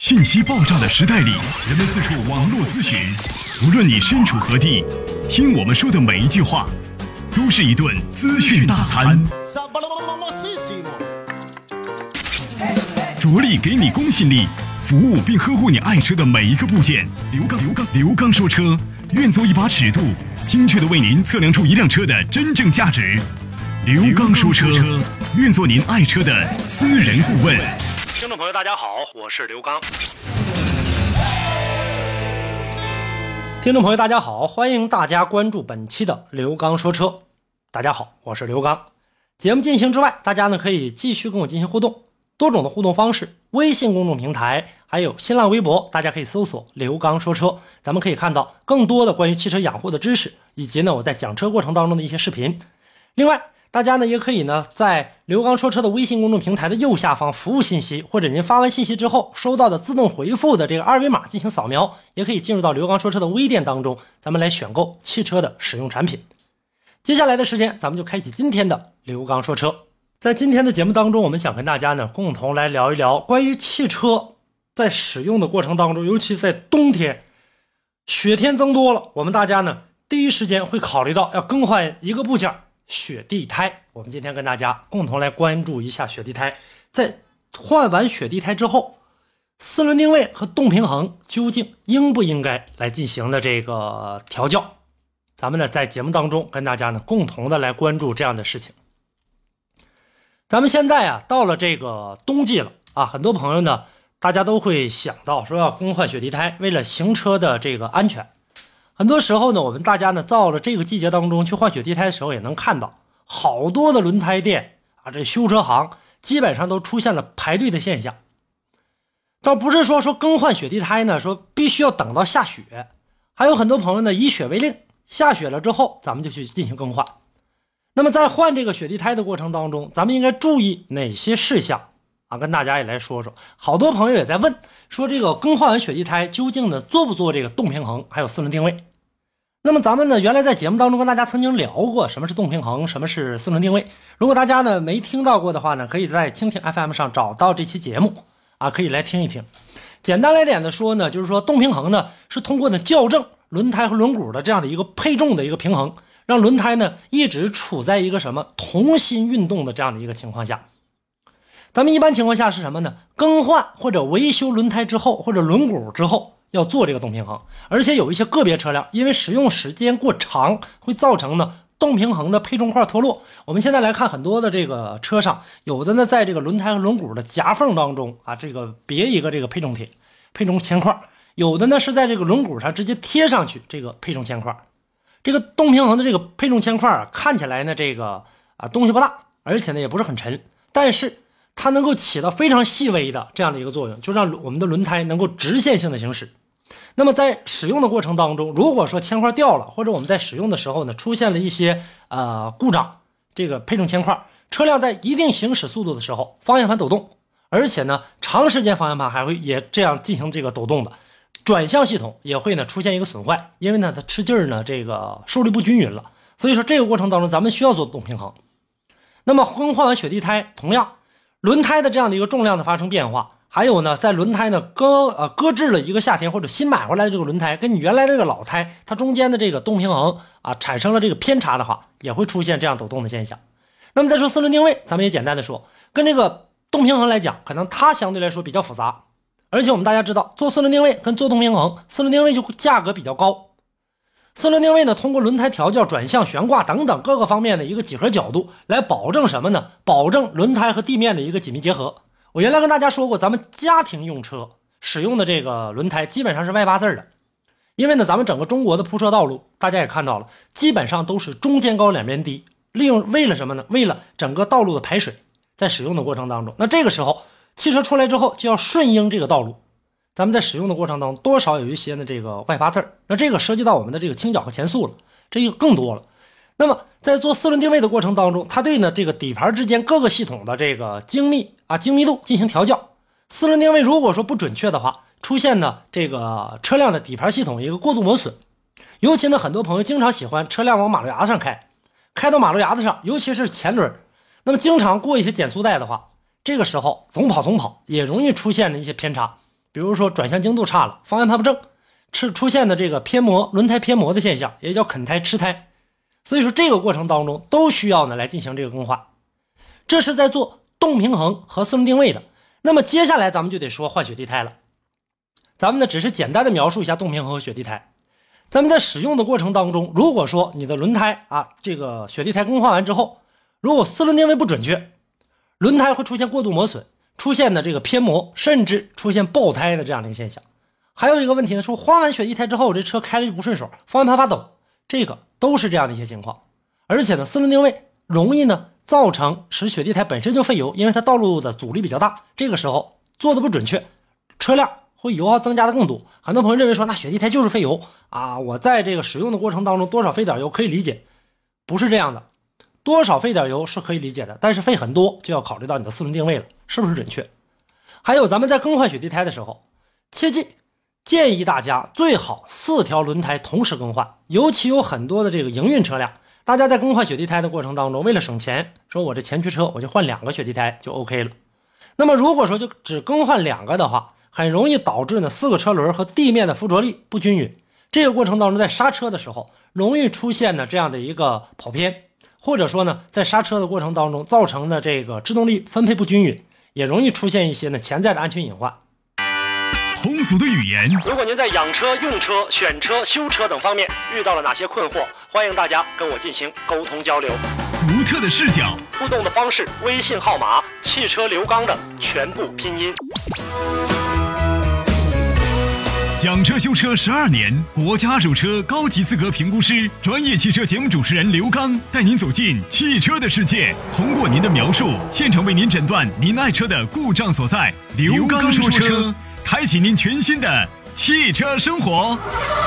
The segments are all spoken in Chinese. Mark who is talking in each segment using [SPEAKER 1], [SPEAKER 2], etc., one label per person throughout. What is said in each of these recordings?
[SPEAKER 1] 信息爆炸的时代里，人们四处网络咨询，无论你身处何地，听我们说的每一句话，都是一顿资讯大餐。着力给你公信力，服务并呵护你爱车的每一个部件。刘刚说车，愿做一把尺度，精确的为您测量出一辆车的真正价值。刘刚说车，愿做您爱车的私人顾问。
[SPEAKER 2] 听众朋友大家好，我是刘刚。听众朋友大家好，欢迎大家关注本期的刘刚说车。大家好，我是刘刚。节目进行之外，大家呢可以继续跟我进行互动，多种的互动方式，微信公众平台还有新浪微博，大家可以搜索刘刚说车，咱们可以看到更多的关于汽车养护的知识，以及呢我在讲车过程当中的一些视频。另外大家呢也可以呢在刘刚说车的微信公众平台的右下方服务信息，或者您发完信息之后收到的自动回复的这个二维码进行扫描，也可以进入到刘刚说车的微店当中，咱们来选购汽车的使用产品。接下来的时间咱们就开启今天的刘刚说车。在今天的节目当中，我们想跟大家呢共同来聊一聊关于汽车在使用的过程当中，尤其在冬天雪天增多了，我们大家呢第一时间会考虑到要更换一个部件，雪地胎。我们今天跟大家共同来关注一下雪地胎，在换完雪地胎之后，四轮定位和动平衡究竟应不应该来进行的这个调教，咱们呢在节目当中跟大家呢共同的来关注这样的事情。咱们现在到了这个冬季了很多朋友呢大家都会想到说要更换雪地胎，为了行车的这个安全。很多时候呢我们大家呢到了这个季节当中去换雪地胎的时候，也能看到好多的轮胎店这修车行基本上都出现了排队的现象。倒不是说更换雪地胎呢说必须要等到下雪，还有很多朋友呢以雪为令，下雪了之后咱们就去进行更换。那么在换这个雪地胎的过程当中，咱们应该注意哪些事项跟大家也来说说。好多朋友也在问说这个更换完雪地胎究竟呢做不做这个动平衡还有四轮定位。那么咱们呢原来在节目当中跟大家曾经聊过什么是动平衡，什么是四轮定位。如果大家呢没听到过的话呢，可以在蜻蜓 FM 上找到这期节目可以来听一听。简单来点的说呢，就是说动平衡呢是通过呢校正轮胎和轮毂的这样的一个配重的一个平衡，让轮胎呢一直处在一个什么同心运动的这样的一个情况下。咱们一般情况下是什么呢？更换或者维修轮胎之后或者轮毂之后要做这个动平衡，而且有一些个别车辆因为使用时间过长会造成呢动平衡的配重块脱落。我们现在来看很多的这个车上，有的呢在这个轮胎和轮毂的夹缝当中这个别一个这个配重铁配重铅块，有的呢是在这个轮毂上直接贴上去这个配重铅块。这个动平衡的这个配重铅块看起来呢这个东西不大，而且呢也不是很沉，但是它能够起到非常细微的这样的一个作用，就让我们的轮胎能够直线性的行驶。那么在使用的过程当中，如果说铅块掉了，或者我们在使用的时候呢出现了一些故障，这个配重铅块，车辆在一定行驶速度的时候方向盘抖动，而且呢长时间方向盘还会也这样进行这个抖动的，转向系统也会呢出现一个损坏，因为呢它吃劲儿呢这个受力不均匀了，所以说这个过程当中咱们需要做动平衡。那么更换完雪地胎，同样轮胎的这样的一个重量的发生变化，还有呢在轮胎呢搁置了一个夏天或者新买回来的这个轮胎跟你原来这个老胎它中间的这个动平衡产生了这个偏差的话，也会出现这样抖动的现象。那么再说四轮定位，咱们也简单的说，跟这个动平衡来讲，可能它相对来说比较复杂，而且我们大家知道做四轮定位跟做动平衡，四轮定位就价格比较高。四轮定位呢通过轮胎调教、转向、悬挂等等各个方面的一个几何角度来保证什么呢？保证轮胎和地面的一个紧密结合。我原来跟大家说过，咱们家庭用车使用的这个轮胎基本上是外八字的，因为呢咱们整个中国的铺设道路大家也看到了，基本上都是中间高两边低，为了什么呢？为了整个道路的排水，在使用的过程当中，那这个时候汽车出来之后就要顺应这个道路，咱们在使用的过程当中多少有一些呢这个外八字，那这个涉及到我们的这个倾角和前速了，这个更多了。那么在做四轮定位的过程当中，它对呢这个底盘之间各个系统的这个精密度进行调教。四轮定位如果说不准确的话，出现呢这个车辆的底盘系统一个过度磨损，尤其呢很多朋友经常喜欢车辆往马路牙子上开到马路牙子上，尤其是前轮，那么经常过一些减速带的话，这个时候总跑也容易出现的一些偏差。 比如说转向精度差了，方向盘不正，出现的这个偏磨、轮胎偏磨的现象，也叫啃胎、吃胎。所以说这个过程当中都需要呢来进行这个更换。这是在做动平衡和四轮定位的。那么接下来咱们就得说换雪地胎了。咱们呢只是简单的描述一下动平衡和雪地胎。咱们在使用的过程当中，如果说你的轮胎这个雪地胎更换完之后，如果四轮定位不准确，轮胎会出现过度磨损，出现的这个偏磨，甚至出现爆胎的这样的一个现象。还有一个问题呢，说换完雪地胎之后，这车开着就不顺手，方向盘发抖，这个都是这样的一些情况。而且呢，四轮定位容易呢造成使雪地胎本身就费油，因为它道路的阻力比较大，这个时候做的不准确，车辆会油耗增加的更多。很多朋友认为说那雪地胎就是费油我在这个使用的过程当中多少费点油可以理解，不是这样的。多少费点油是可以理解的，但是费很多就要考虑到你的四轮定位了是不是准确。还有咱们在更换雪地胎的时候，切记建议大家最好4条轮胎同时更换，尤其有很多的这个营运车辆，大家在更换雪地胎的过程当中，为了省钱，说我这前驱车我就换2个雪地胎就 OK 了。那么如果说就只更换2个的话，很容易导致呢4个车轮和地面的附着力不均匀，这个过程当中在刹车的时候容易出现呢这样的一个跑偏，或者说呢在刹车的过程当中造成的这个制动力分配不均匀，也容易出现一些呢潜在的安全隐患。
[SPEAKER 1] 通俗的语言，
[SPEAKER 2] 如果您在养车、用车、选车、修车等方面遇到了哪些困惑，欢迎大家跟我进行沟通交流。
[SPEAKER 1] 独特的视角，
[SPEAKER 2] 互动的方式，微信号码汽车刘刚的全部拼音。
[SPEAKER 1] 讲车修车12年，国家二手车高级资格评估师，专业汽车节目主持人刘刚带您走进汽车的世界，通过您的描述，现场为您诊断您爱车的故障所在。刘刚说车，开启您全新的汽车生活。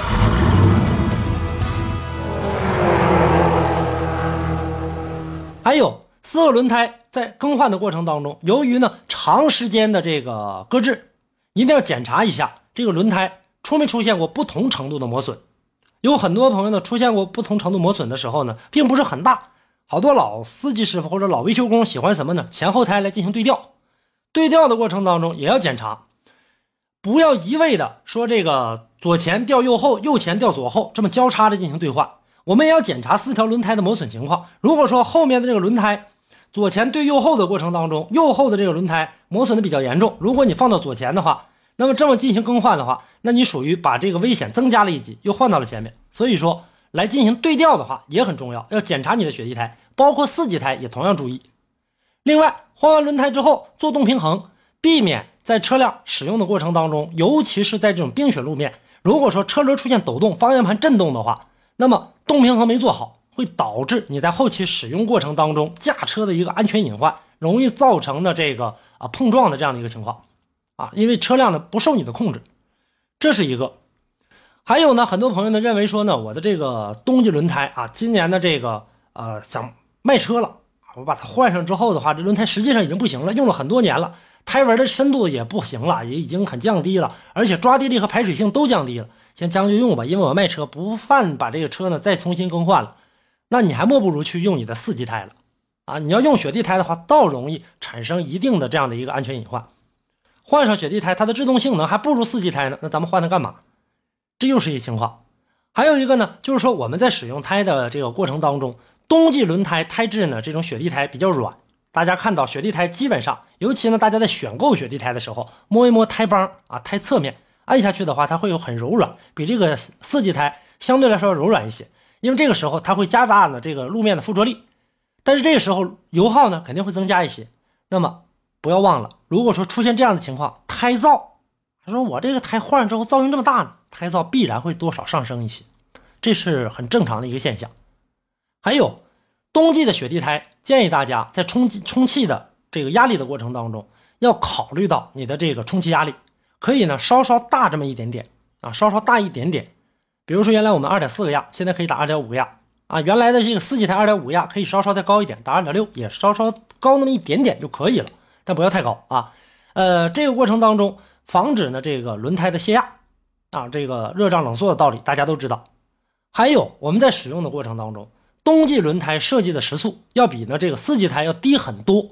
[SPEAKER 2] 还有4个轮胎在更换的过程当中，由于呢长时间的这个搁置，一定要检查一下这个轮胎出没出现过不同程度的磨损。有很多朋友呢出现过不同程度磨损的时候呢，并不是很大。好多老司机师傅或者老维修工喜欢什么呢？前后胎来进行对调。对调的过程当中也要检查，不要一味的说这个左前调右后，右前调左后，这么交叉的进行兑换。我们也要检查4条轮胎的磨损情况。如果说后面的这个轮胎左前对右后的过程当中，右后的这个轮胎磨损的比较严重，如果你放到左前的话，那么这么进行更换的话，那你属于把这个危险增加了一级，又换到了前面。所以说来进行对调的话也很重要，要检查你的雪地胎，包括4级胎也同样注意。另外换完轮胎之后做动平衡，避免在车辆使用的过程当中，尤其是在这种冰雪路面，如果说车轮出现抖动、方向盘震动的话，那么动平衡没做好，会导致你在后期使用过程当中驾车的一个安全隐患，容易造成的这个碰撞的这样的一个情况因为车辆呢不受你的控制，这是一个。还有呢，很多朋友呢认为说呢，我的这个冬季轮胎今年的这个想卖车了，我把它换上之后的话，这轮胎实际上已经不行了，用了很多年了，胎纹的深度也不行了，也已经很降低了，而且抓地力和排水性都降低了，先将就用吧，因为我卖车不犯把这个车呢再重新更换了。那你还莫不如去用你的4级胎了你要用雪地胎的话，倒容易产生一定的这样的一个安全隐患。换上雪地胎，它的制动性能还不如4级胎呢，那咱们换它干嘛？这又是一情况。还有一个呢，就是说我们在使用胎的这个过程当中，冬季轮胎胎质呢，这种雪地胎比较软。大家看到雪地胎基本上，尤其呢大家在选购雪地胎的时候，摸一摸胎帮胎侧面，按下去的话，它会有很柔软，比这个4级胎相对来说柔软一些。因为这个时候它会加大呢这个路面的附着力，但是这个时候油耗呢肯定会增加一些。那么不要忘了，如果说出现这样的情况，胎噪，说我这个胎换上之后噪音这么大呢，胎噪必然会多少上升一些，这是很正常的一个现象。还有冬季的雪地胎，建议大家在充气的这个压力的过程当中，要考虑到你的这个充气压力，可以呢稍稍大这么一点点稍稍大一点点。比如说原来我们 2.4 个压，现在可以打 2.5 个压原来的这个4级胎 2.5 压可以稍稍再高一点，打 2.6 也稍稍高那么一点点就可以了，但不要太高这个过程当中防止呢这个轮胎的泄压这个热胀冷缩的道理大家都知道。还有我们在使用的过程当中，冬季轮胎设计的时速要比呢这个4级胎要低很多，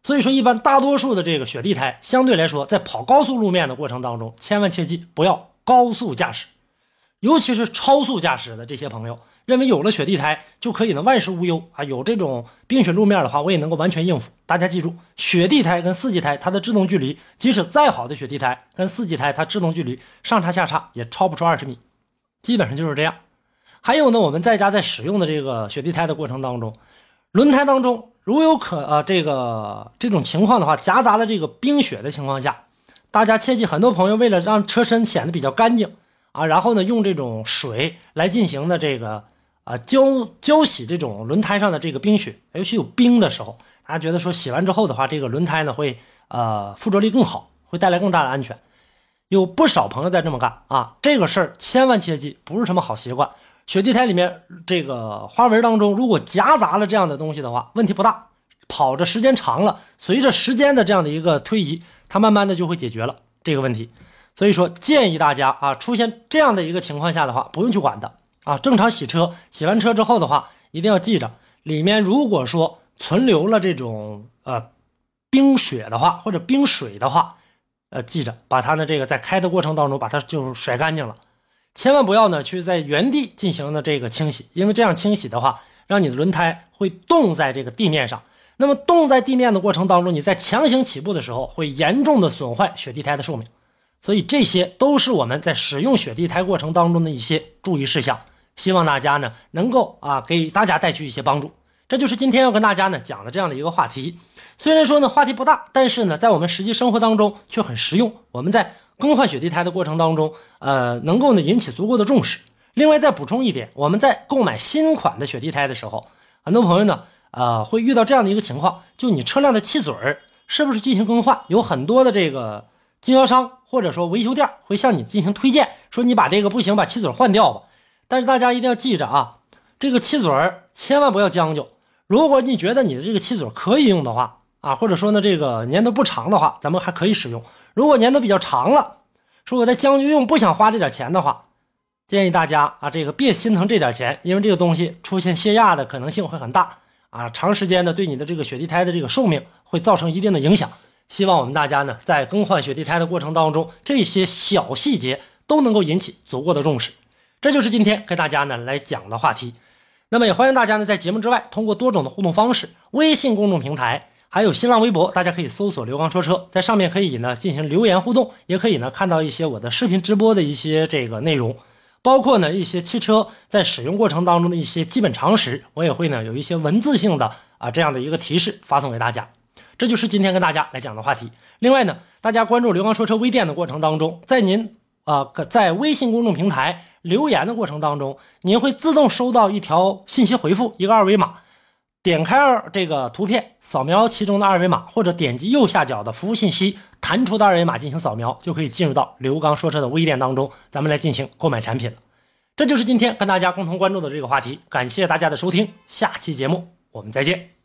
[SPEAKER 2] 所以说一般大多数的这个雪地胎相对来说在跑高速路面的过程当中，千万切记不要高速驾驶，尤其是超速驾驶的这些朋友，认为有了雪地胎就可以呢万事无忧啊，有这种冰雪路面的话我也能够完全应付。大家记住，雪地胎跟四季胎它的制动距离，即使再好的雪地胎跟四季胎它制动距离上差下差也超不出20米，基本上就是这样。还有呢，我们在家在使用的这个雪地胎的过程当中，轮胎当中如有这种情况的话，夹杂了这个冰雪的情况下，大家切记，很多朋友为了让车身显得比较干净啊，然后呢用这种水来进行的这个浇洗这种轮胎上的这个冰雪，尤其有冰的时候，大家觉得说洗完之后的话，这个轮胎呢会附着力更好，会带来更大的安全。有不少朋友在这么干啊，这个事儿千万切记，不是什么好习惯。雪地胎里面这个花纹当中，如果夹杂了这样的东西的话，问题不大。跑着时间长了，随着时间的这样的一个推移，它慢慢的就会解决了这个问题。所以说建议大家啊，出现这样的一个情况下的话，不用去管它啊。正常洗车，洗完车之后的话，一定要记着，里面如果说存留了这种冰雪的话，或者冰水的话，记着把它的这个在开的过程当中把它就甩干净了。千万不要呢去在原地进行的这个清洗，因为这样清洗的话，让你的轮胎会冻在这个地面上。那么冻在地面的过程当中，你在强行起步的时候，会严重的损坏雪地胎的寿命。所以这些都是我们在使用雪地胎过程当中的一些注意事项，希望大家呢能够给大家带去一些帮助。这就是今天要跟大家呢讲的这样的一个话题。虽然说呢话题不大，但是呢在我们实际生活当中却很实用。我们在更换雪地胎的过程当中，能够呢引起足够的重视。另外再补充一点，我们在购买新款的雪地胎的时候，很多朋友呢会遇到这样的一个情况，就你车辆的气嘴是不是进行更换，有很多的这个经销商或者说维修店会向你进行推荐，说你把这个不行，把气嘴换掉吧。但是大家一定要记着啊，这个气嘴千万不要将就。如果你觉得你的这个气嘴可以用的话啊，或者说呢这个年头不长的话，咱们还可以使用。如果年头比较长了，说我在将就用，不想花这点钱的话，建议大家这个别心疼这点钱，因为这个东西出现泄压的可能性会很大长时间的对你的这个雪地胎的这个寿命会造成一定的影响。希望我们大家呢在更换雪地胎的过程当中，这些小细节都能够引起足够的重视。这就是今天跟大家呢来讲的话题。那么也欢迎大家呢在节目之外通过多种的互动方式，微信公众平台还有新浪微博，大家可以搜索刘刚说车，在上面可以呢进行留言互动，也可以呢看到一些我的视频直播的一些这个内容，包括呢一些汽车在使用过程当中的一些基本常识，我也会呢有一些文字性的这样的一个提示发送给大家。这就是今天跟大家来讲的话题。另外呢，大家关注刘刚说车微店的过程当中，在您在微信公众平台留言的过程当中，您会自动收到一条信息回复，一个二维码，点开这个图片，扫描其中的二维码，或者点击右下角的服务信息弹出的二维码进行扫描，就可以进入到刘刚说车的微店当中，咱们来进行购买产品了。这就是今天跟大家共同关注的这个话题，感谢大家的收听，下期节目我们再见。